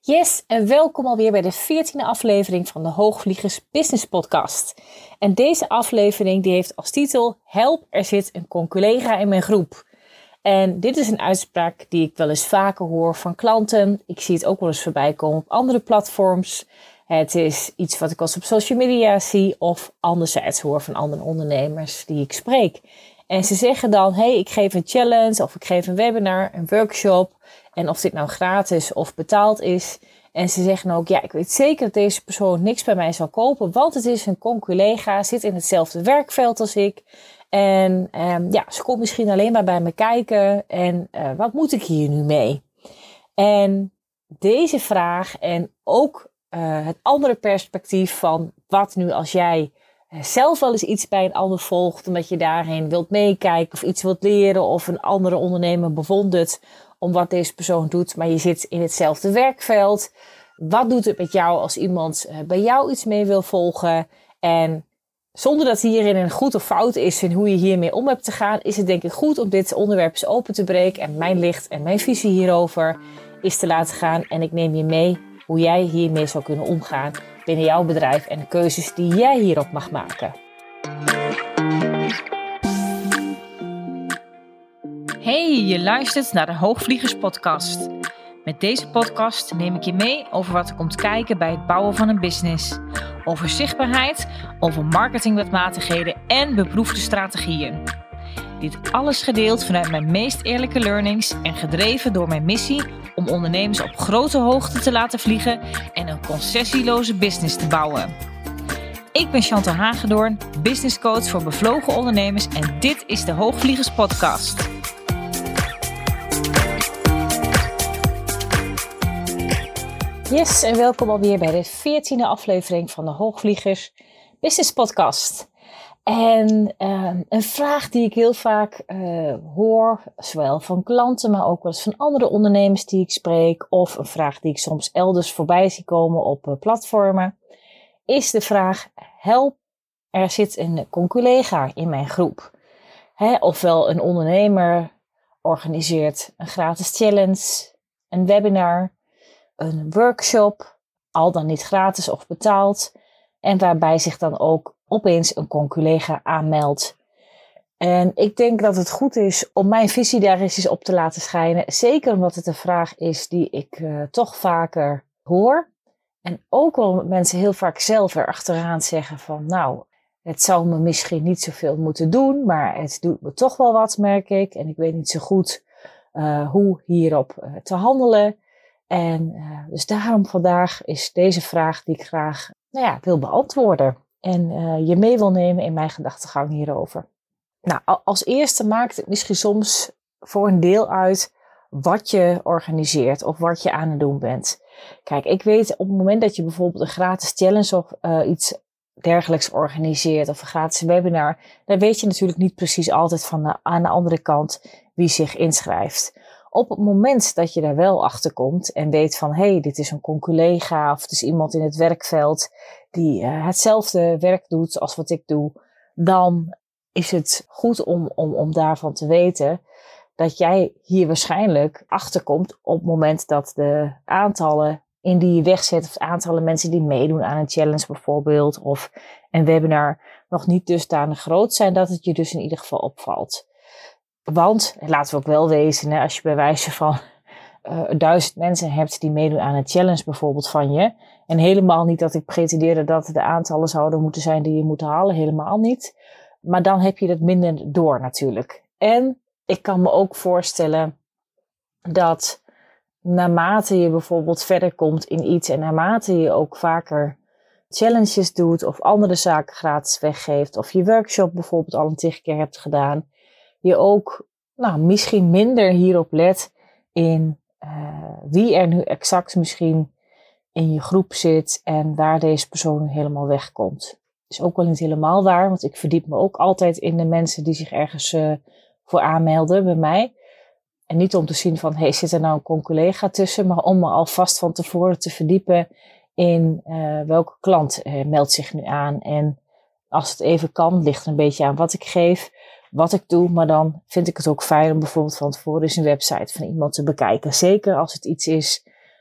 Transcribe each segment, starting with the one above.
Yes, en welkom alweer bij de 14e aflevering van de Hoogvliegers Business Podcast. En deze aflevering die heeft als titel Help, er zit een conculega in mijn groep. En dit is een uitspraak die ik wel eens vaker hoor van klanten. Ik zie het ook wel eens voorbij komen op andere platforms. Het is iets wat ik als op social media zie of anderzijds hoor van andere ondernemers die ik spreek. En ze zeggen dan, hey, ik geef een challenge of ik geef een webinar, een workshop. En of dit nou gratis of betaald is. En ze zeggen ook, ja, ik weet zeker dat deze persoon niks bij mij zal kopen. Want het is een conculega, zit in hetzelfde werkveld als ik. En ze komt misschien alleen maar bij me kijken. En wat moet ik hier nu mee? En deze vraag en ook het andere perspectief van wat nu als jij zelf wel eens iets bij een ander volgt. Omdat je daarheen wilt meekijken of iets wilt leren of een andere ondernemer bewondert om wat deze persoon doet, maar je zit in hetzelfde werkveld. Wat doet het met jou als iemand bij jou iets mee wil volgen? En zonder dat hierin een goed of fout is in hoe je hiermee om hebt te gaan, is het denk ik goed om dit onderwerp eens open te breken. En mijn licht en mijn visie hierover is te laten gaan. En ik neem je mee hoe jij hiermee zou kunnen omgaan binnen jouw bedrijf en de keuzes die jij hierop mag maken. Hey, je luistert naar de Hoogvliegers Podcast. Met deze podcast neem ik je mee over wat er komt kijken bij het bouwen van een business. Over zichtbaarheid, over marketingwetmatigheden en beproefde strategieën. Dit alles gedeeld vanuit mijn meest eerlijke learnings en gedreven door mijn missie om ondernemers op grote hoogte te laten vliegen en een concessieloze business te bouwen. Ik ben Chantal Hagedoorn, business coach voor bevlogen ondernemers en dit is de Hoogvliegers Podcast. Yes, en welkom alweer bij de 14e aflevering van de Hoogvliegers Business Podcast. En een vraag die ik heel vaak hoor, zowel van klanten, maar ook wel eens van andere ondernemers die ik spreek, of een vraag die ik soms elders voorbij zie komen op platformen, is de vraag, help, er zit een conculega in mijn groep. Ofwel een ondernemer organiseert een gratis challenge, een webinar, een workshop, al dan niet gratis of betaald, en waarbij zich dan ook opeens een conculega aanmeldt. En ik denk dat het goed is om mijn visie daar eens op te laten schijnen, zeker omdat het een vraag is die ik toch vaker hoor. En ook wel mensen heel vaak zelf erachteraan zeggen van, nou, het zou me misschien niet zoveel moeten doen, maar het doet me toch wel wat, merk ik. En ik weet niet zo goed hoe hierop te handelen. En dus daarom vandaag is deze vraag die ik graag wil beantwoorden. En je mee wil nemen in mijn gedachtegang hierover. Nou, als eerste maakt het misschien soms voor een deel uit wat je organiseert of wat je aan het doen bent. Kijk, ik weet op het moment dat je bijvoorbeeld een gratis challenge of iets dergelijks organiseert of een gratis webinar, dan weet je natuurlijk niet precies altijd van aan de andere kant wie zich inschrijft. Op het moment dat je daar wel achter komt en weet van, hey, dit is een conculega of het is iemand in het werkveld die hetzelfde werk doet als wat ik doe, dan is het goed om daarvan te weten dat jij hier waarschijnlijk achterkomt op het moment dat de aantallen in die je wegzet, of aantallen mensen die meedoen aan een challenge bijvoorbeeld, of een webinar, nog niet dusdanig groot zijn dat het je dus in ieder geval opvalt. Want, laten we ook wel wezen, als je bij wijze van 1000 mensen hebt die meedoen aan een challenge bijvoorbeeld van je, en helemaal niet dat ik pretendeerde dat de aantallen zouden moeten zijn die je moet halen, helemaal niet. Maar dan heb je dat minder door natuurlijk. En ik kan me ook voorstellen dat naarmate je bijvoorbeeld verder komt in iets en naarmate je ook vaker challenges doet of andere zaken gratis weggeeft of je workshop bijvoorbeeld al een 10 keer hebt gedaan, je ook misschien minder hierop let in wie er nu exact misschien in je groep zit en waar deze persoon nu helemaal wegkomt. Is ook wel niet helemaal waar, want ik verdiep me ook altijd in de mensen die zich ergens voor aanmelden bij mij. En niet om te zien van, hey, zit er nou een conculega tussen, maar om me alvast van tevoren te verdiepen in welke klant meldt zich nu aan. En als het even kan, ligt er een beetje aan wat ik geef, wat ik doe. Maar dan vind ik het ook fijn om bijvoorbeeld van tevoren eens een website van iemand te bekijken. Zeker als het iets is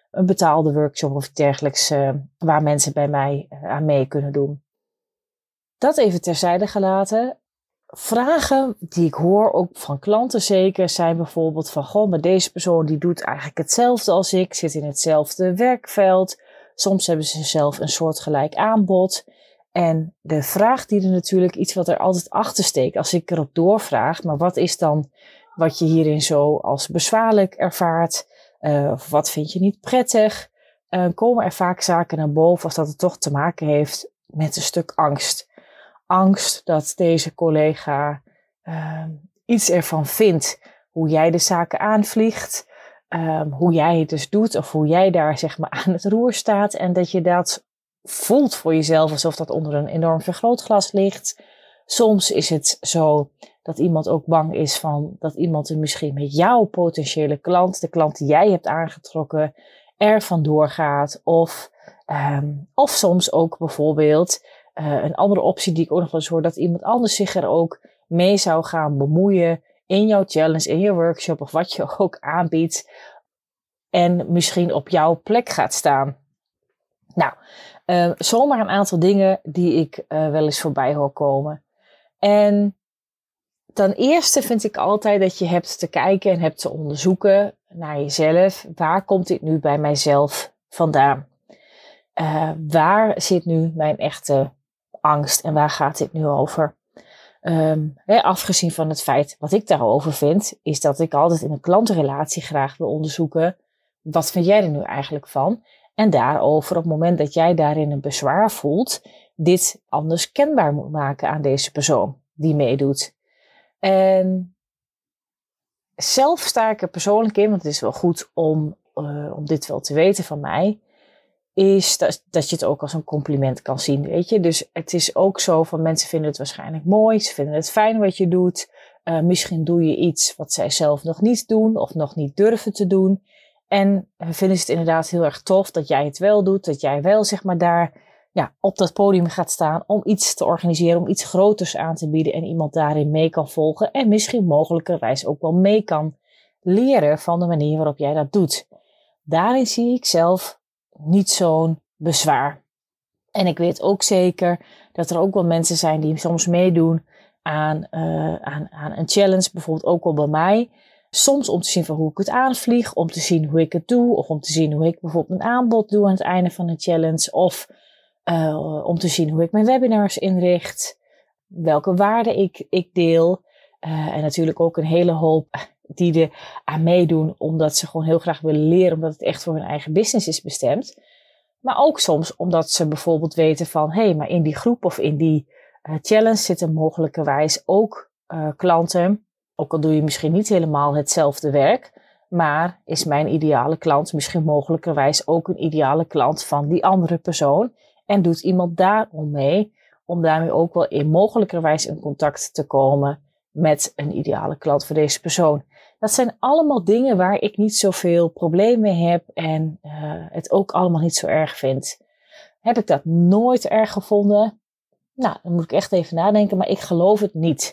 een betaalde workshop of dergelijks waar mensen bij mij aan mee kunnen doen. Dat even terzijde gelaten. Vragen die ik hoor, ook van klanten zeker, zijn bijvoorbeeld van, goh, maar deze persoon die doet eigenlijk hetzelfde als ik, zit in hetzelfde werkveld. Soms hebben ze zelf een soortgelijk aanbod. En de vraag die er natuurlijk, iets wat er altijd achter steekt, als ik erop doorvraag, maar wat is dan wat je hierin zo als bezwaarlijk ervaart? Of wat vind je niet prettig? Komen er vaak zaken naar boven als dat het toch te maken heeft met een stuk angst. Angst dat deze collega iets ervan vindt, hoe jij de zaken aanvliegt, hoe jij het dus doet of hoe jij daar zeg maar aan het roer staat en dat je dat voelt voor jezelf alsof dat onder een enorm vergrootglas ligt. Soms is het zo dat iemand ook bang is van dat iemand er misschien met jouw potentiële klant, de klant die jij hebt aangetrokken, er vandoor gaat. Of soms ook bijvoorbeeld een andere optie die ik ook nog wel eens hoor, dat iemand anders zich er ook mee zou gaan bemoeien in jouw challenge, in je workshop of wat je ook aanbiedt. En misschien op jouw plek gaat staan. Nou, zomaar een aantal dingen die ik wel eens voorbij hoor komen. En ten eerste vind ik altijd dat je hebt te kijken en hebt te onderzoeken naar jezelf. Waar komt dit nu bij mijzelf vandaan? Waar zit nu mijn echte angst en waar gaat dit nu over? Afgezien van het feit wat ik daarover vind, is dat ik altijd in een klantenrelatie graag wil onderzoeken. Wat vind jij er nu eigenlijk van? En daarover, op het moment dat jij daarin een bezwaar voelt, dit anders kenbaar moet maken aan deze persoon die meedoet. En zelf sta ik er persoonlijk in, want het is wel goed om dit wel te weten van mij, is dat je het ook als een compliment kan zien, weet je. Dus het is ook zo van mensen vinden het waarschijnlijk mooi, ze vinden het fijn wat je doet. Misschien doe je iets wat zij zelf nog niet doen of nog niet durven te doen. En vinden ze het inderdaad heel erg tof dat jij het wel doet, dat jij wel zeg maar daar op dat podium gaat staan om iets te organiseren, om iets groters aan te bieden en iemand daarin mee kan volgen en misschien mogelijkerwijs ook wel mee kan leren van de manier waarop jij dat doet. Daarin zie ik zelf niet zo'n bezwaar. En ik weet ook zeker dat er ook wel mensen zijn die soms meedoen aan een challenge, bijvoorbeeld ook wel bij mij. Soms om te zien van hoe ik het aanvlieg, om te zien hoe ik het doe, of om te zien hoe ik bijvoorbeeld een aanbod doe aan het einde van een challenge, of om te zien hoe ik mijn webinars inricht, welke waarden ik deel. En natuurlijk ook een hele hoop die er aan meedoen, omdat ze gewoon heel graag willen leren, omdat het echt voor hun eigen business is bestemd. Maar ook soms omdat ze bijvoorbeeld weten van, hé, maar in die groep of in die challenge zitten mogelijkerwijs ook klanten. Ook al doe je misschien niet helemaal hetzelfde werk, maar is mijn ideale klant misschien mogelijkerwijs ook een ideale klant van die andere persoon. En doet iemand daarom mee, om daarmee ook wel in mogelijkerwijs in contact te komen met een ideale klant voor deze persoon. Dat zijn allemaal dingen waar ik niet zoveel probleem mee heb en het ook allemaal niet zo erg vind. Heb ik dat nooit erg gevonden? Nou, dan moet ik echt even nadenken, maar ik geloof het niet.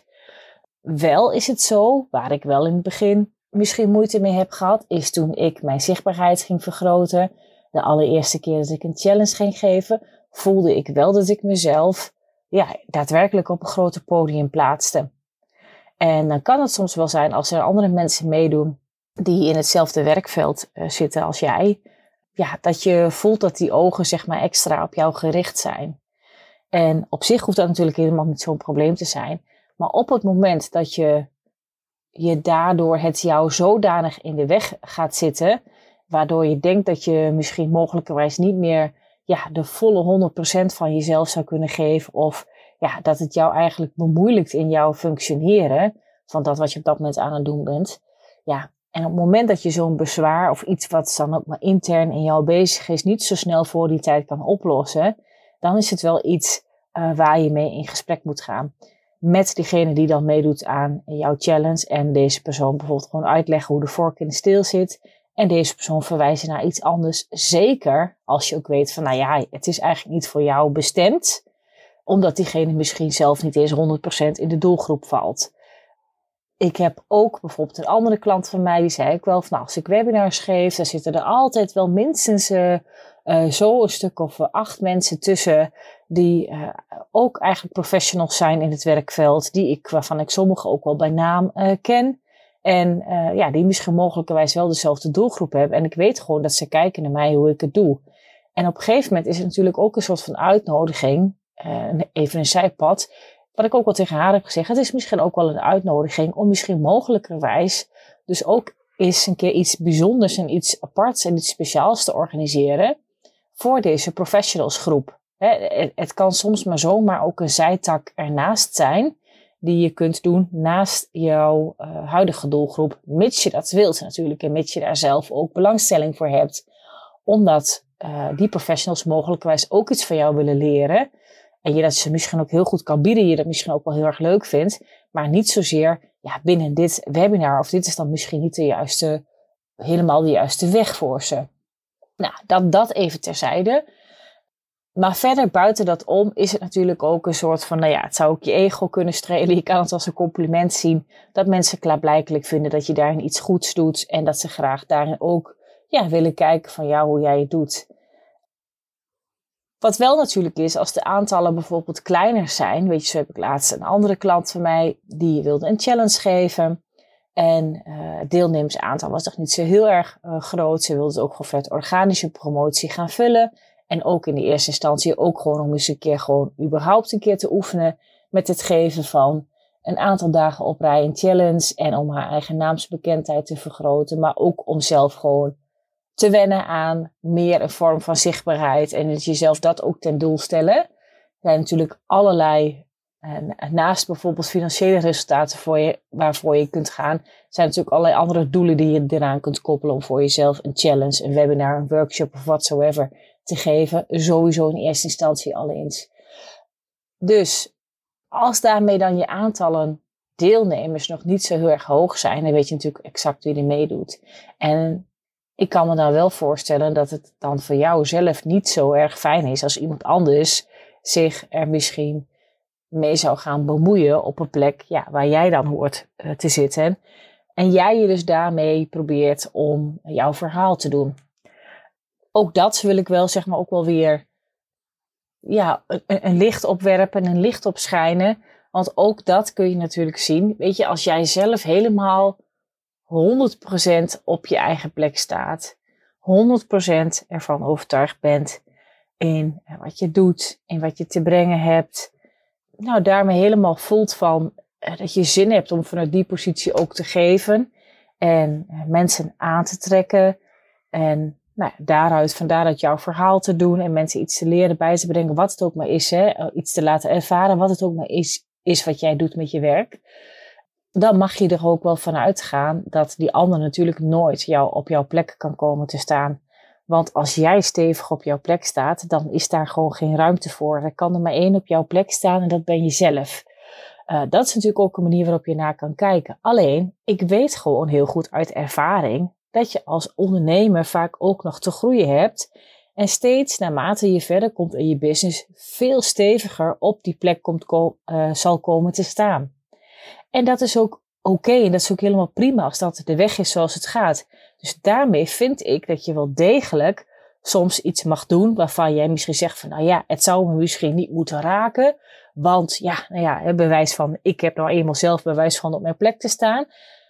Wel is het zo, waar ik wel in het begin misschien moeite mee heb gehad, is toen ik mijn zichtbaarheid ging vergroten. De allereerste keer dat ik een challenge ging geven, voelde ik wel dat ik mezelf daadwerkelijk op een groter podium plaatste. En dan kan het soms wel zijn als er andere mensen meedoen die in hetzelfde werkveld zitten als jij, dat je voelt dat die ogen zeg maar extra op jou gericht zijn. En op zich hoeft dat natuurlijk helemaal niet zo'n probleem te zijn. Maar op het moment dat je daardoor het jou zodanig in de weg gaat zitten, waardoor je denkt dat je misschien mogelijkerwijs niet meer de volle 100% van jezelf zou kunnen geven, of dat het jou eigenlijk bemoeilijkt in jouw functioneren van dat wat je op dat moment aan het doen bent. En op het moment dat je zo'n bezwaar of iets wat dan ook maar intern in jou bezig is, niet zo snel voor die tijd kan oplossen, dan is het wel iets waar je mee in gesprek moet gaan. Met diegene die dan meedoet aan jouw challenge en deze persoon bijvoorbeeld gewoon uitleggen hoe de vork in de steel zit. En deze persoon verwijzen naar iets anders. Zeker als je ook weet van het is eigenlijk niet voor jou bestemd. Omdat diegene misschien zelf niet eens 100% in de doelgroep valt. Ik heb ook bijvoorbeeld een andere klant van mij, die zei ik wel van, nou, als ik webinars geef, dan zitten er altijd wel minstens zo een stuk of 8 mensen tussen die ook eigenlijk professionals zijn in het werkveld, waarvan ik sommigen ook wel bij naam ken. En die misschien mogelijkerwijs wel dezelfde doelgroep hebben. En ik weet gewoon dat ze kijken naar mij hoe ik het doe. En op een gegeven moment is het natuurlijk ook een soort van uitnodiging, even een zijpad, wat ik ook wel tegen haar heb gezegd. Het is misschien ook wel een uitnodiging om misschien mogelijkerwijs dus ook eens een keer iets bijzonders en iets aparts en iets speciaals te organiseren voor deze professionalsgroep. Het kan soms maar zomaar ook een zijtak ernaast zijn die je kunt doen naast jouw huidige doelgroep, mits je dat wilt natuurlijk en mits je daar zelf ook belangstelling voor hebt, omdat die professionals mogelijkwijs ook iets van jou willen leren en je dat ze misschien ook heel goed kan bieden, je dat misschien ook wel heel erg leuk vindt, maar niet zozeer binnen dit webinar of dit is dan misschien niet helemaal de juiste weg voor ze. Nou, dat even terzijde. Maar verder buiten dat om is het natuurlijk ook een soort van, het zou ook je ego kunnen strelen. Je kan het als een compliment zien dat mensen klaarblijkelijk vinden dat je daarin iets goeds doet. En dat ze graag daarin ook willen kijken van jou hoe jij het doet. Wat wel natuurlijk is, als de aantallen bijvoorbeeld kleiner zijn. Weet je, zo heb ik laatst een andere klant van mij, die wilde een challenge geven. En het deelnemersaantal was nog niet zo heel erg groot. Ze wilde het ook gewoon vanuit organische promotie gaan vullen. En ook in de eerste instantie ook gewoon om eens een keer gewoon überhaupt een keer te oefenen met het geven van een aantal dagen op rij een challenge. En om haar eigen naamsbekendheid te vergroten. Maar ook om zelf gewoon te wennen aan meer een vorm van zichtbaarheid. En dat jezelf dat ook ten doel stellen. Er zijn natuurlijk allerlei, naast bijvoorbeeld financiële resultaten waarvoor je kunt gaan, zijn natuurlijk allerlei andere doelen die je eraan kunt koppelen om voor jezelf een challenge, een webinar, een workshop of whatsoever te geven. Sowieso in eerste instantie al eens. Dus als daarmee dan je aantallen deelnemers nog niet zo heel erg hoog zijn, dan weet je natuurlijk exact wie er meedoet. En ik kan me dan wel voorstellen dat het dan voor jou zelf niet zo erg fijn is als iemand anders zich er misschien mee zou gaan bemoeien op een plek waar jij dan hoort te zitten. En jij je dus daarmee probeert om jouw verhaal te doen. Ook dat wil ik wel ook wel weer een licht opwerpen, een licht opschijnen. Want ook dat kun je natuurlijk zien. Weet je, als jij zelf helemaal 100% op je eigen plek staat. 100% ervan overtuigd bent in wat je doet, in wat je te brengen hebt. Nou, daarmee helemaal voelt van dat je zin hebt om vanuit die positie ook te geven. En mensen aan te trekken. En van daaruit jouw verhaal te doen. En mensen iets te leren, bij te brengen. Wat het ook maar is. Iets te laten ervaren. Wat het ook maar is wat jij doet met je werk. Dan mag je er ook wel van uitgaan dat die ander natuurlijk nooit op jouw plek kan komen te staan. Want als jij stevig op jouw plek staat, dan is daar gewoon geen ruimte voor. Er kan er maar één op jouw plek staan en dat ben je zelf. Dat is natuurlijk ook een manier waarop je naar kan kijken. Alleen, ik weet gewoon heel goed uit ervaring dat je als ondernemer vaak ook nog te groeien hebt. En steeds naarmate je verder komt in je business veel steviger op die plek zal komen te staan. En dat is ook oké en dat is ook helemaal prima als dat de weg is zoals het gaat. Dus daarmee vind ik dat je wel degelijk soms iets mag doen waarvan jij misschien zegt van het zou me misschien niet moeten raken. Want bewijs van, ik heb nou eenmaal zelf bewijs van op mijn plek te staan.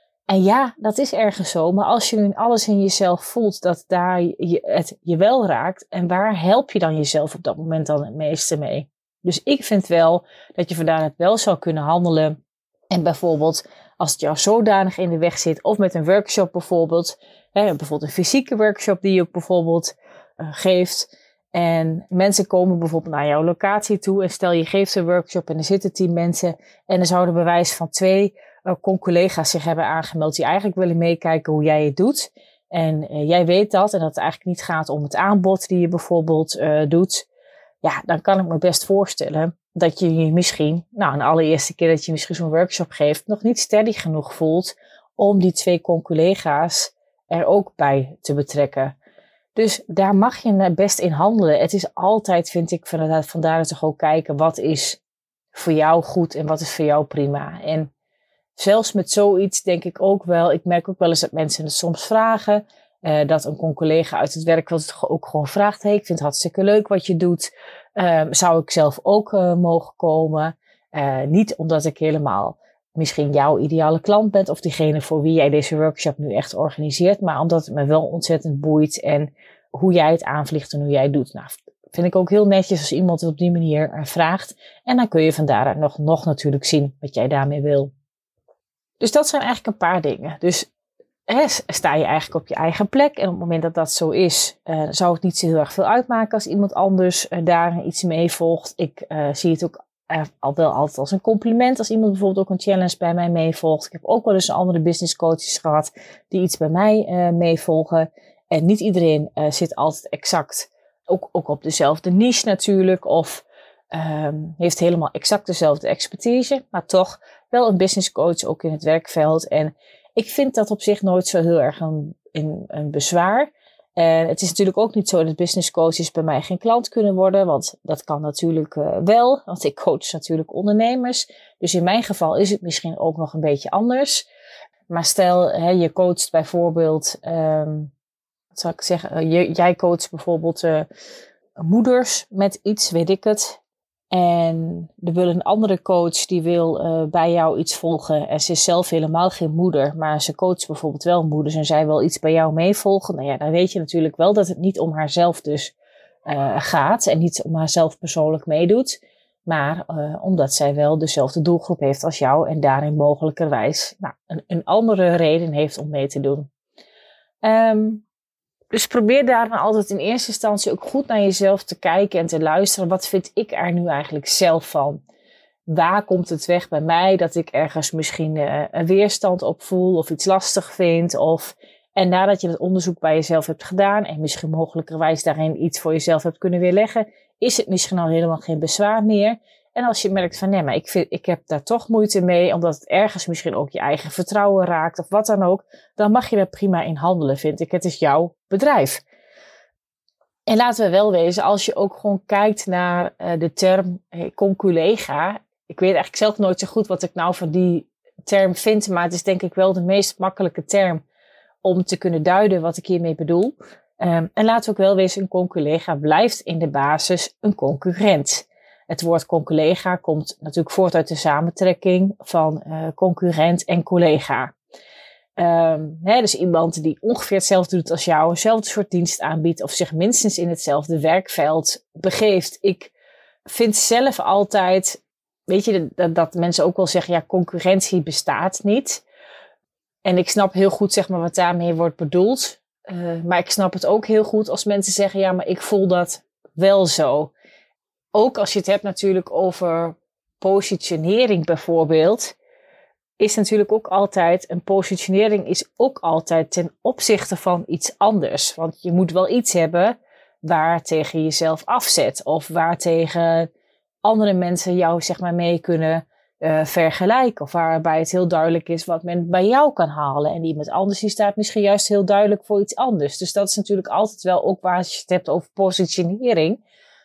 En dat is ergens zo. Maar als je nu alles in jezelf voelt dat daar het je wel raakt. En waar help je dan jezelf op dat moment dan het meeste mee? Dus ik vind wel dat je vandaar het wel zou kunnen handelen. En bijvoorbeeld als het jou zodanig in de weg zit. Of met een workshop bijvoorbeeld. Bijvoorbeeld een fysieke workshop die je ook bijvoorbeeld geeft. En mensen komen bijvoorbeeld naar jouw locatie toe. En stel je geeft een workshop en er zitten 10 mensen. En er zouden bewijs van 2 collega's zich hebben aangemeld. Die eigenlijk willen meekijken hoe jij het doet. En jij weet dat. En dat het eigenlijk niet gaat om het aanbod die je bijvoorbeeld doet. Dan kan ik me best voorstellen dat je je misschien, een allereerste keer dat je misschien zo'n workshop geeft, nog niet steady genoeg voelt om die 2 collega's er ook bij te betrekken. Dus daar mag je best in handelen. Het is altijd, vind ik, vandaar toch ook kijken wat is voor jou goed en wat is voor jou prima. En zelfs met zoiets denk ik ook wel, ik merk ook wel eens dat mensen het soms vragen, dat een collega uit het werk wel ook gewoon vraagt, hey, ik vind het hartstikke leuk wat je doet, zou ik zelf ook mogen komen? Niet omdat ik helemaal misschien jouw ideale klant ben of diegene voor wie jij deze workshop nu echt organiseert, maar omdat het me wel ontzettend boeit en hoe jij het aanvliegt en hoe jij het doet. Nou, vind ik ook heel netjes als iemand het op die manier vraagt. En dan kun je van daaruit nog natuurlijk zien wat jij daarmee wil. Dus dat zijn eigenlijk een paar dingen. Dus sta je eigenlijk op je eigen plek. En op het moment dat dat zo is, zou het niet zo heel erg veel uitmaken als iemand anders daar iets mee volgt. Ik zie het ook al wel altijd als een compliment als iemand bijvoorbeeld ook een challenge bij mij meevolgt. Ik heb ook wel eens andere business coaches gehad die iets bij mij meevolgen. En niet iedereen zit altijd exact ook op dezelfde niche natuurlijk. Of heeft helemaal exact dezelfde expertise. Maar toch wel een business coach ook in het werkveld. En ik vind dat op zich nooit zo heel erg een bezwaar. En het is natuurlijk ook niet zo dat business coaches bij mij geen klant kunnen worden. Want dat kan natuurlijk wel. Want ik coach natuurlijk ondernemers. Dus in mijn geval is het misschien ook nog een beetje anders. Maar stel, je coacht bijvoorbeeld, wat zou ik zeggen, jij coacht bijvoorbeeld moeders met iets, weet ik het. En er wil een andere coach die wil bij jou iets volgen. En ze is zelf helemaal geen moeder, maar ze coacht bijvoorbeeld wel moeders en zij wil iets bij jou meevolgen. Nou ja, dan weet je natuurlijk wel dat het niet om haarzelf dus gaat en niet om haarzelf persoonlijk meedoet. Maar omdat zij wel dezelfde doelgroep heeft als jou en daarin mogelijkerwijs een andere reden heeft om mee te doen. Dus probeer daar dan altijd in eerste instantie ook goed naar jezelf te kijken en te luisteren. Wat vind ik er nu eigenlijk zelf van? Waar komt het weg bij mij dat ik ergens misschien een weerstand op voel of iets lastig vind? En nadat je het onderzoek bij jezelf hebt gedaan en misschien mogelijkerwijs daarin iets voor jezelf hebt kunnen weerleggen, is het misschien al helemaal geen bezwaar meer. En als je merkt van nee, maar ik heb daar toch moeite mee, omdat het ergens misschien ook je eigen vertrouwen raakt of wat dan ook, dan mag je daar prima in handelen, vind ik. Het is jouw bedrijf. En laten we wel wezen, als je ook gewoon kijkt naar de term conculega. Ik weet eigenlijk zelf nooit zo goed wat ik nou van die term vind, maar het is denk ik wel de meest makkelijke term om te kunnen duiden wat ik hiermee bedoel. En laten we ook wel wezen, een conculega blijft in de basis een concurrent. Het woord conculega komt natuurlijk voort uit de samentrekking van concurrent en collega. Dus iemand die ongeveer hetzelfde doet als jou, eenzelfde soort dienst aanbiedt of zich minstens in hetzelfde werkveld begeeft. Ik vind zelf altijd, weet je, dat mensen ook wel zeggen, ja, concurrentie bestaat niet. En ik snap heel goed, zeg maar, wat daarmee wordt bedoeld. Maar ik snap het ook heel goed als mensen zeggen, ja, maar ik voel dat wel zo. Ook als je het hebt natuurlijk over positionering bijvoorbeeld, is natuurlijk ook altijd, een positionering is ook altijd ten opzichte van iets anders. Want je moet wel iets hebben waar tegen jezelf afzet of waar tegen andere mensen jou, zeg maar, mee kunnen vergelijken. Of waarbij het heel duidelijk is wat men bij jou kan halen. En iemand anders die staat misschien juist heel duidelijk voor iets anders. Dus dat is natuurlijk altijd wel ook waar je het hebt over positionering.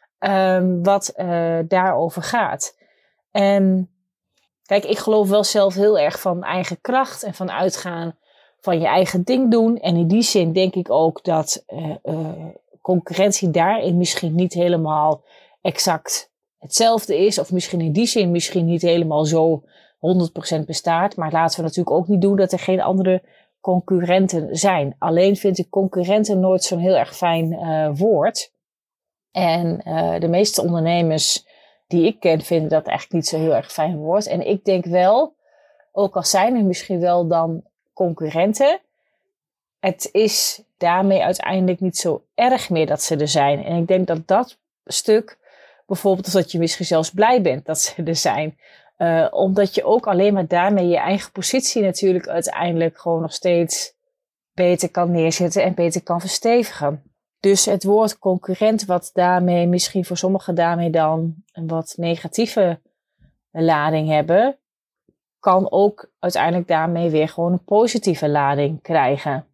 Wat daarover gaat. En kijk, ik geloof wel zelf heel erg van eigen kracht en van uitgaan van je eigen ding doen. En in die zin denk ik ook dat concurrentie daarin misschien niet helemaal exact hetzelfde is. Of misschien in die zin misschien niet helemaal zo 100% bestaat. Maar laten we natuurlijk ook niet doen dat er geen andere concurrenten zijn. Alleen vind ik concurrenten nooit zo'n heel erg fijn woord. En de meeste ondernemers die ik ken vinden dat eigenlijk niet zo heel erg fijn woord. En ik denk wel, ook al zijn er misschien wel dan concurrenten, het is daarmee uiteindelijk niet zo erg meer dat ze er zijn. En ik denk dat dat stuk, bijvoorbeeld dat je misschien zelfs blij bent dat ze er zijn. Omdat je ook alleen maar daarmee je eigen positie natuurlijk uiteindelijk gewoon nog steeds beter kan neerzetten en beter kan verstevigen. Dus het woord concurrent, wat daarmee misschien voor sommigen daarmee dan een wat negatieve lading hebben, kan ook uiteindelijk daarmee weer gewoon een positieve lading krijgen.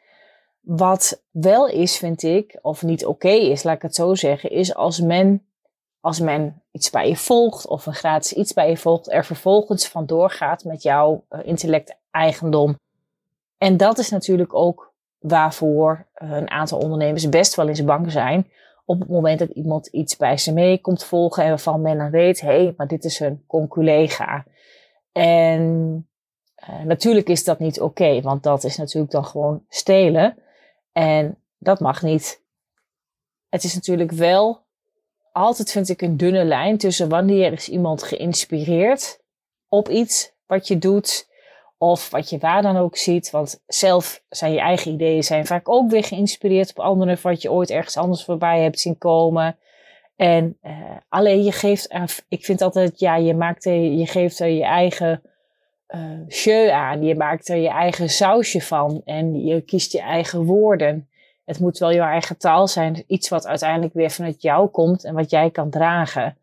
Wat wel is, vind ik, of niet oké is, laat ik het zo zeggen, is als men iets bij je volgt of een gratis iets bij je volgt, er vervolgens vandoor gaat met jouw intellect-eigendom. En dat is natuurlijk ook waarvoor een aantal ondernemers best wel eens bang zijn op het moment dat iemand iets bij ze mee komt volgen en waarvan men dan weet, maar dit is een conculega. En natuurlijk is dat niet oké, want dat is natuurlijk dan gewoon stelen. En dat mag niet. Het is natuurlijk wel altijd, vind ik, een dunne lijn tussen wanneer is iemand geïnspireerd op iets wat je doet of wat je waar dan ook ziet. Want zelf zijn je eigen ideeën zijn vaak ook weer geïnspireerd op anderen wat je ooit ergens anders voorbij hebt zien komen. En alleen je geeft, ik vind altijd, je geeft er je eigen jeu aan. Je maakt er je eigen sausje van en je kiest je eigen woorden. Het moet wel je eigen taal zijn. Iets wat uiteindelijk weer vanuit jou komt en wat jij kan dragen.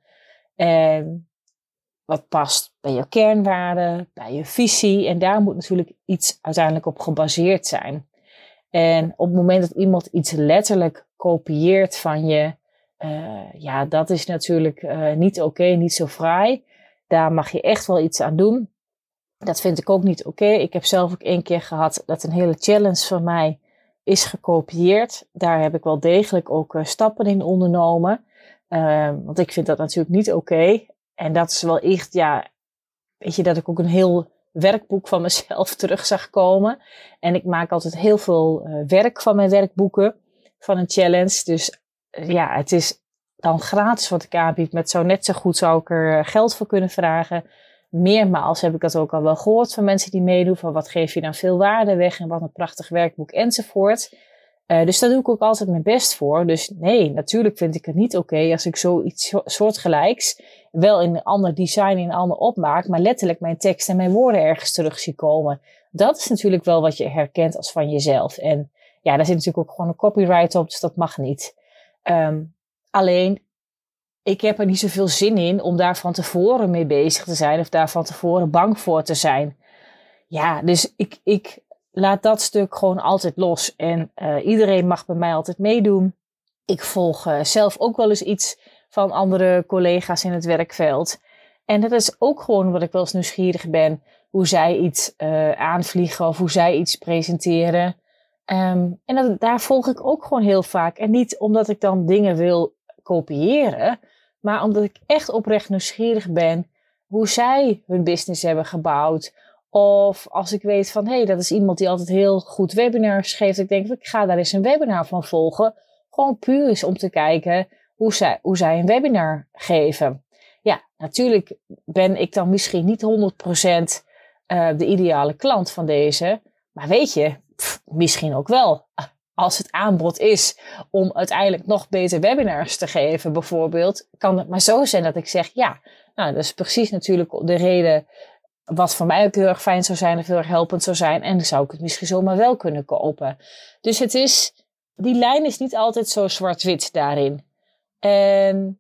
En wat past bij je kernwaarden, bij je visie. En daar moet natuurlijk iets uiteindelijk op gebaseerd zijn. En op het moment dat iemand iets letterlijk kopieert van je, dat is natuurlijk niet oké, niet zo fraai. Daar mag je echt wel iets aan doen. Dat vind ik ook niet oké. Ik heb zelf ook 1 keer gehad dat een hele challenge van mij is gekopieerd. Daar heb ik wel degelijk ook stappen in ondernomen. Want ik vind dat natuurlijk niet oké. En dat is wel echt, weet je, dat ik ook een heel werkboek van mezelf terug zag komen. En ik maak altijd heel veel werk van mijn werkboeken van een challenge. Dus het is dan gratis wat ik aanbied. Met net zo goed zou ik er geld voor kunnen vragen. Meermaals heb ik dat ook al wel gehoord van mensen die meedoen. Van wat geef je dan veel waarde weg en wat een prachtig werkboek enzovoort. Dus daar doe ik ook altijd mijn best voor. Dus nee, natuurlijk vind ik het niet oké als ik zoiets soortgelijks wel in een ander design, in een ander opmaak, maar letterlijk mijn tekst en mijn woorden ergens terug zie komen. Dat is natuurlijk wel wat je herkent als van jezelf. En daar zit natuurlijk ook gewoon een copyright op, dus dat mag niet. Alleen, ik heb er niet zoveel zin in om daar van tevoren mee bezig te zijn of daar van tevoren bang voor te zijn. Ja, dus ik laat dat stuk gewoon altijd los. En iedereen mag bij mij altijd meedoen. Ik volg zelf ook wel eens iets van andere collega's in het werkveld. En dat is ook gewoon wat ik wel eens nieuwsgierig ben. Hoe zij iets aanvliegen of hoe zij iets presenteren. En daar volg ik ook gewoon heel vaak. En niet omdat ik dan dingen wil kopiëren. Maar omdat ik echt oprecht nieuwsgierig ben hoe zij hun business hebben gebouwd. Of als ik weet van, dat is iemand die altijd heel goed webinars geeft. Ik denk, ik ga daar eens een webinar van volgen. Gewoon puur eens om te kijken hoe zij een webinar geven. Ja, natuurlijk ben ik dan misschien niet 100% de ideale klant van deze. Maar weet je, misschien ook wel. Als het aanbod is om uiteindelijk nog beter webinars te geven bijvoorbeeld, kan het maar zo zijn dat ik zeg, dat is precies natuurlijk de reden wat voor mij ook heel erg fijn zou zijn of heel erg helpend zou zijn. En dan zou ik het misschien zomaar wel kunnen kopen. Dus die lijn is niet altijd zo zwart-wit daarin. En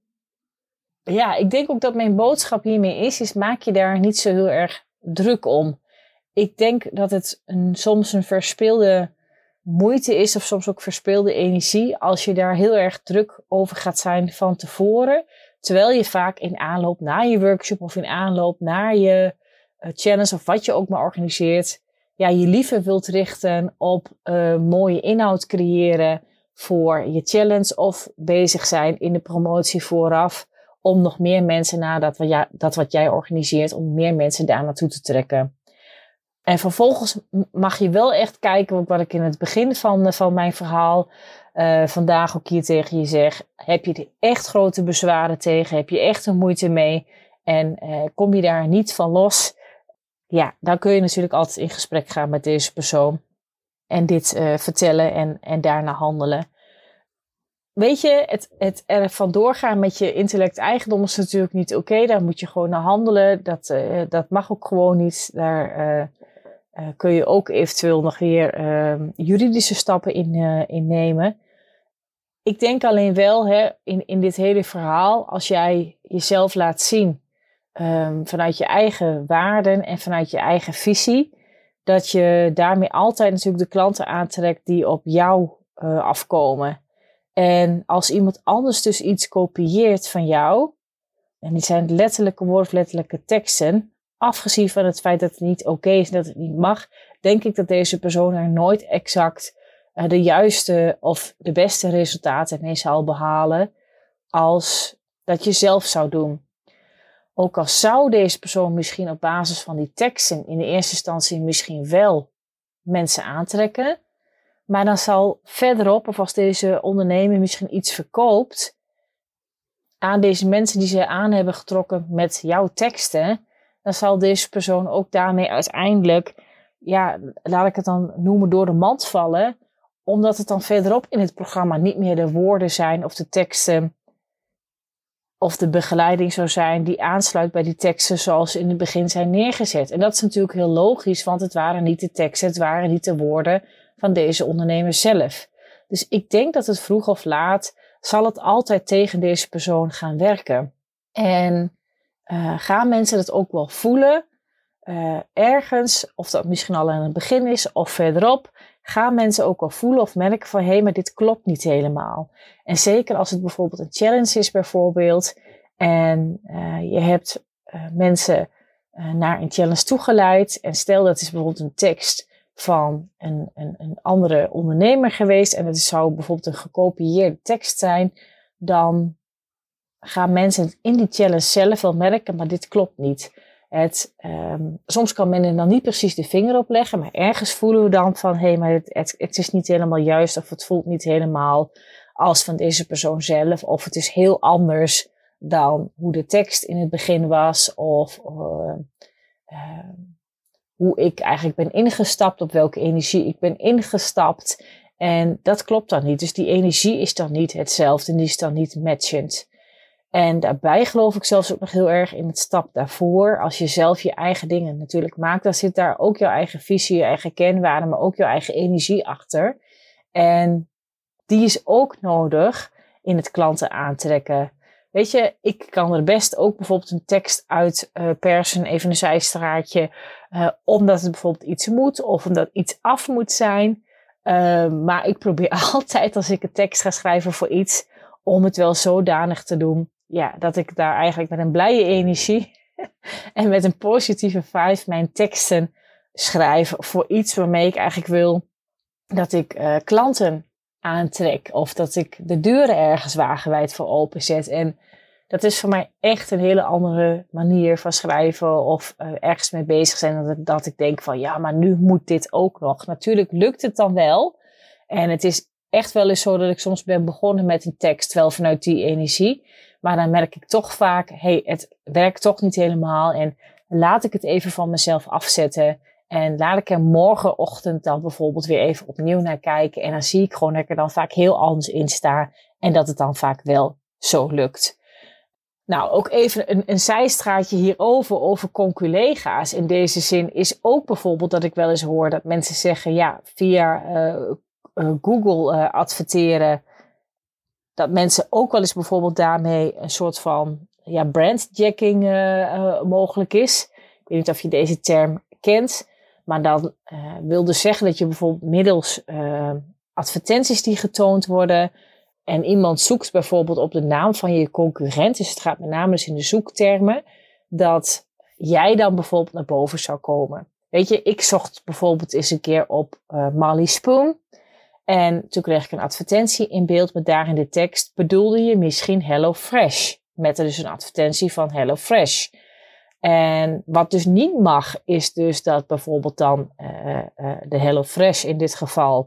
ik denk ook dat mijn boodschap hiermee is maak je daar niet zo heel erg druk om. Ik denk dat het soms een verspeelde moeite is of soms ook verspeelde energie als je daar heel erg druk over gaat zijn van tevoren. Terwijl je vaak in aanloop naar je workshop of in aanloop naar je challenge of wat je ook maar organiseert, je liever wilt richten op mooie inhoud creëren voor je challenge of bezig zijn in de promotie vooraf om nog meer mensen dat wat jij organiseert, om meer mensen daar naartoe te trekken. En vervolgens mag je wel echt kijken, wat ik in het begin van mijn verhaal vandaag ook hier tegen je zeg. Heb je er echt grote bezwaren tegen? Heb je echt een moeite mee? En kom je daar niet van los? Ja, dan kun je natuurlijk altijd in gesprek gaan met deze persoon. En dit vertellen en daarna handelen. Weet je, het er vandoor gaan met je intellect-eigendom is natuurlijk niet oké. Daar moet je gewoon naar handelen. Dat mag ook gewoon niet. Daar kun je ook eventueel nog weer juridische stappen in nemen. Ik denk alleen wel, in dit hele verhaal, als jij jezelf laat zien vanuit je eigen waarden en vanuit je eigen visie, dat je daarmee altijd natuurlijk de klanten aantrekt die op jou afkomen. En als iemand anders dus iets kopieert van jou, en die zijn letterlijke woorden of letterlijke teksten, afgezien van het feit dat het niet oké is en dat het niet mag, denk ik dat deze persoon er nooit exact de juiste of de beste resultaten mee zal behalen als dat je zelf zou doen. Ook al zou deze persoon misschien op basis van die teksten in de eerste instantie misschien wel mensen aantrekken, maar dan zal verderop, of als deze ondernemer misschien iets verkoopt aan deze mensen die ze aan hebben getrokken met jouw teksten, dan zal deze persoon ook daarmee uiteindelijk, laat ik het dan noemen, door de mand vallen, omdat het dan verderop in het programma niet meer de woorden zijn of de teksten of de begeleiding zou zijn die aansluit bij die teksten zoals ze in het begin zijn neergezet. En dat is natuurlijk heel logisch, want het waren niet de teksten, het waren niet de woorden van deze ondernemer zelf. Dus ik denk dat het vroeg of laat zal het altijd tegen deze persoon gaan werken. En gaan mensen dat ook wel voelen, ergens, of dat misschien al aan het begin is of verderop, gaan mensen ook wel voelen of merken van hé, maar dit klopt niet helemaal. En zeker als het bijvoorbeeld een challenge is bijvoorbeeld en je hebt mensen naar een challenge toegeleid en stel dat is bijvoorbeeld een tekst van een andere ondernemer geweest en het zou bijvoorbeeld een gekopieerde tekst zijn, dan gaan mensen in die challenge zelf wel merken, maar dit klopt niet. Soms kan men er dan niet precies de vinger op leggen, maar ergens voelen we dan van hé, maar het is niet helemaal juist of het voelt niet helemaal als van deze persoon zelf of het is heel anders dan hoe de tekst in het begin was of hoe ik eigenlijk ben ingestapt, op welke energie ik ben ingestapt en dat klopt dan niet. Dus die energie is dan niet hetzelfde en die is dan niet matchend. En daarbij geloof ik zelfs ook nog heel erg in het stap daarvoor. Als je zelf je eigen dingen natuurlijk maakt, dan zit daar ook jouw eigen visie, je eigen kernwaarden, maar ook jouw eigen energie achter. En die is ook nodig in het klanten aantrekken. Weet je, ik kan er best ook bijvoorbeeld een tekst uit persen, even een zijstraatje, omdat het bijvoorbeeld iets moet of omdat iets af moet zijn. Maar ik probeer altijd als ik een tekst ga schrijven voor iets, om het wel zodanig te doen, dat ik daar eigenlijk met een blije energie en met een positieve vibe mijn teksten schrijf voor iets waarmee ik eigenlijk wil dat ik klanten aantrek of dat ik de deuren ergens wagenwijd voor openzet. En dat is voor mij echt een hele andere manier van schrijven of ergens mee bezig zijn dat ik denk van maar nu moet dit ook nog. Natuurlijk lukt het dan wel en het is echt wel eens zo dat ik soms ben begonnen met een tekst, wel vanuit die energie. Maar dan merk ik toch vaak, het werkt toch niet helemaal. En laat ik het even van mezelf afzetten. En laat ik er morgenochtend dan bijvoorbeeld weer even opnieuw naar kijken. En dan zie ik gewoon dat ik er dan vaak heel anders in sta. En dat het dan vaak wel zo lukt. Nou, ook even een zijstraatje hierover, over conculega's. In deze zin is ook bijvoorbeeld dat ik wel eens hoor dat mensen zeggen, via Google adverteren, dat mensen ook wel eens bijvoorbeeld daarmee een soort van brandjacking mogelijk is. Ik weet niet of je deze term kent, maar dan wil dus zeggen dat je bijvoorbeeld middels advertenties die getoond worden en iemand zoekt bijvoorbeeld op de naam van je concurrent, dus het gaat met name dus in de zoektermen, dat jij dan bijvoorbeeld naar boven zou komen. Weet je, ik zocht bijvoorbeeld eens een keer op Marley Spoon. En toen kreeg ik een advertentie in beeld met daarin de tekst, bedoelde je misschien HelloFresh? Met er dus een advertentie van HelloFresh. En wat dus niet mag, is dus dat bijvoorbeeld dan de HelloFresh in dit geval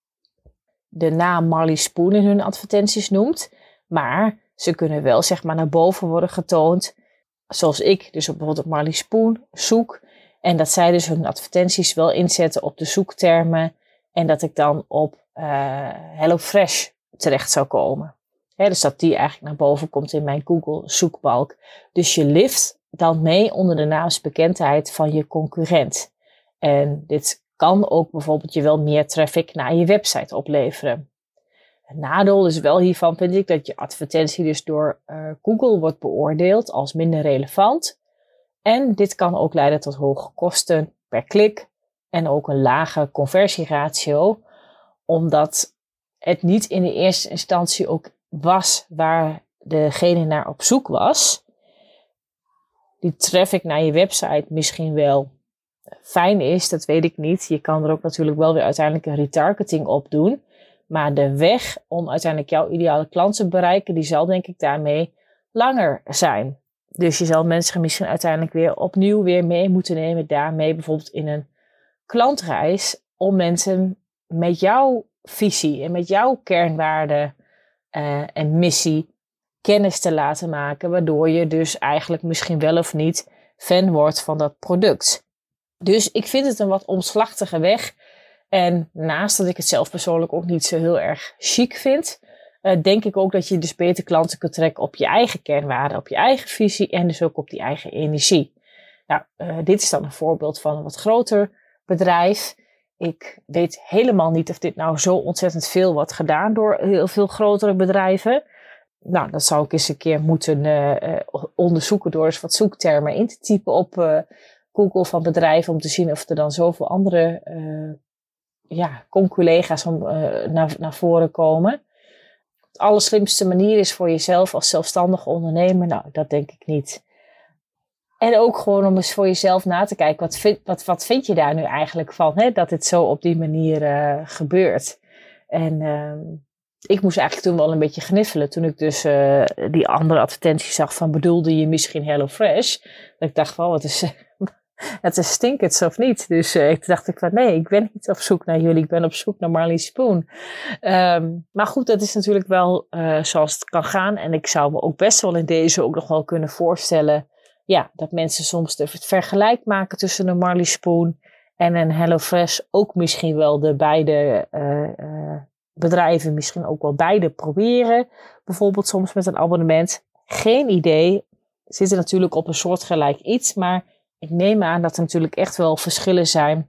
de naam Marley Spoon in hun advertenties noemt. Maar ze kunnen wel naar boven worden getoond, zoals ik dus bijvoorbeeld op Marley Spoon zoek. En dat zij dus hun advertenties wel inzetten op de zoektermen. En dat ik dan op HelloFresh terecht zou komen. Dus dat die eigenlijk naar boven komt in mijn Google zoekbalk. Dus je lift dan mee onder de naamsbekendheid van je concurrent. En dit kan ook bijvoorbeeld je wel meer traffic naar je website opleveren. Het nadeel is wel hiervan, vind ik, dat je advertentie dus door Google wordt beoordeeld als minder relevant. En dit kan ook leiden tot hoge kosten per klik. En ook een lage conversieratio, omdat het niet in de eerste instantie ook was waar degene naar op zoek was. die traffic naar je website misschien wel fijn is, dat weet ik niet. Je kan er ook natuurlijk wel weer uiteindelijk een retargeting op doen. Maar de weg om uiteindelijk jouw ideale klant te bereiken, die zal denk ik daarmee langer zijn. Dus je zal mensen misschien uiteindelijk weer opnieuw weer mee moeten nemen daarmee, bijvoorbeeld in een klantreis, om mensen met jouw visie en met jouw kernwaarden en missie kennis te laten maken, waardoor je dus eigenlijk misschien wel of niet fan wordt van dat product. Dus ik vind het een wat omslachtige weg. En naast dat ik het zelf persoonlijk ook niet zo heel erg chic vind, denk ik ook dat je dus beter klanten kunt trekken op je eigen kernwaarden, op je eigen visie en dus ook op die eigen energie. Nou, dit is dan een voorbeeld van een wat groter bedrijf. Ik weet helemaal niet of dit nou zo ontzettend veel wordt gedaan door heel veel grotere bedrijven. Nou, dat zou ik eens een keer moeten onderzoeken door eens wat zoektermen in te typen op Google van bedrijven, om te zien of er dan zoveel andere conculega's naar voren komen. De allerslimste manier is voor jezelf als zelfstandige ondernemer, nou, dat denk ik niet. En ook gewoon om eens voor jezelf na te kijken, wat vind je daar nu eigenlijk van, hè, dat dit zo op die manier gebeurt. En ik moest eigenlijk toen wel een beetje gniffelen toen ik dus die andere advertentie zag van, bedoelde je misschien HelloFresh? Dat ik dacht van, het is stinkends of niet? Dus toen dacht ik van, nee, ik ben niet op zoek naar jullie, ik ben op zoek naar Marley Spoon. Maar goed, dat is natuurlijk wel zoals het kan gaan. En ik zou me ook best wel in deze ook nog wel kunnen voorstellen, ja, dat mensen soms het vergelijk maken tussen een Marley Spoon en een HelloFresh. Ook misschien wel de beide bedrijven, misschien ook wel beide proberen. Bijvoorbeeld soms met een abonnement. Geen idee. Zitten natuurlijk op een soortgelijk iets, maar ik neem aan dat er natuurlijk echt wel verschillen zijn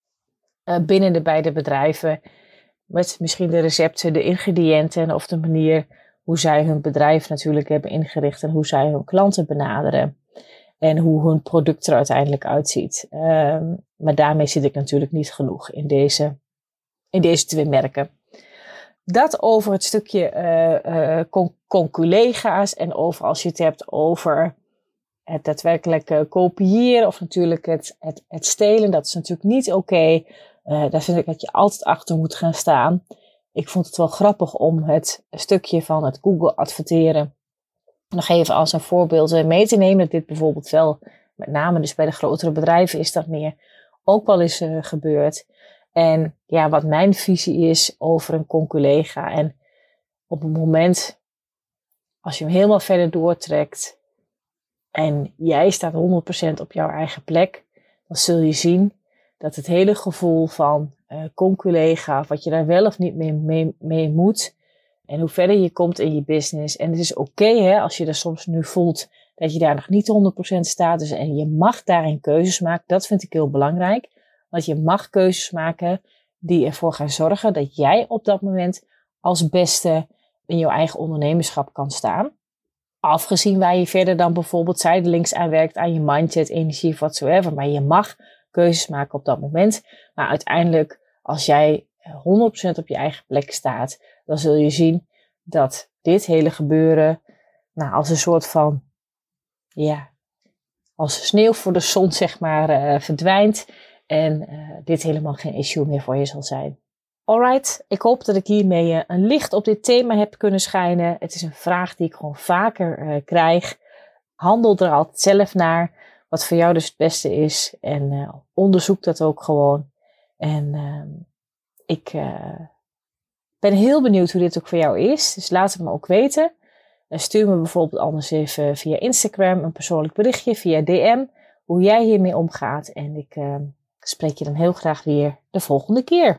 binnen de beide bedrijven. Met misschien de recepten, de ingrediënten of de manier hoe zij hun bedrijf natuurlijk hebben ingericht en hoe zij hun klanten benaderen. En hoe hun product er uiteindelijk uitziet. Maar daarmee zit ik natuurlijk niet genoeg in deze twee merken. Dat over het stukje conculega's en over als je het hebt over het daadwerkelijk kopiëren of natuurlijk het stelen. Dat is natuurlijk niet oké. Daar vind ik dat je altijd achter moet gaan staan. Ik vond het wel grappig om het stukje van het Google adverteren nog even als een voorbeeld mee te nemen. Dat dit bijvoorbeeld wel, met name dus bij de grotere bedrijven is dat meer ook wel eens gebeurd. En ja, wat mijn visie is over een conculega. En op het moment, als je hem helemaal verder doortrekt en jij staat 100% op jouw eigen plek, dan zul je zien dat het hele gevoel van conculega, wat je daar wel of niet mee moet, en hoe verder je komt in je business. En het is oké, als je er soms nu voelt dat je daar nog niet 100% staat. Dus, en je mag daarin keuzes maken. Dat vind ik heel belangrijk. Want je mag keuzes maken die ervoor gaan zorgen dat jij op dat moment als beste in jouw eigen ondernemerschap kan staan. Afgezien waar je verder dan bijvoorbeeld zijdelings aan werkt aan je mindset, energie of whatsoever. Maar je mag keuzes maken op dat moment. Maar uiteindelijk, als jij 100% op je eigen plek staat, dan zul je zien dat dit hele gebeuren, nou, als een soort van, ja, als sneeuw voor de zon, zeg maar, verdwijnt. En dit helemaal geen issue meer voor je zal zijn. Alright, ik hoop dat ik hiermee een licht op dit thema heb kunnen schijnen. Het is een vraag die ik gewoon vaker krijg. Handel er altijd zelf naar, wat voor jou dus het beste is. En onderzoek dat ook gewoon. En ik ben heel benieuwd hoe dit ook voor jou is. Dus laat het me ook weten. Stuur me bijvoorbeeld anders even via Instagram een persoonlijk berichtje, via DM, hoe jij hiermee omgaat. En ik spreek je dan heel graag weer de volgende keer.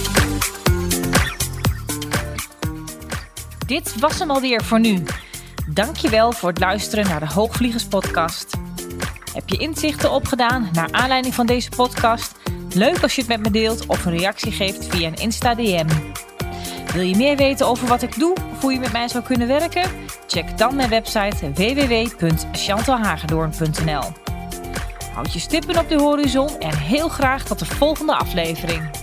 Dit was hem alweer voor nu. Dankjewel voor het luisteren naar de Hoogvliegers podcast. Heb je inzichten opgedaan naar aanleiding van deze podcast? Leuk als je het met me deelt of een reactie geeft via een Insta DM. Wil je meer weten over wat ik doe of hoe je met mij zou kunnen werken? Check dan mijn website www.chantalhagedoorn.nl. Houd je stippen op de horizon en heel graag tot de volgende aflevering.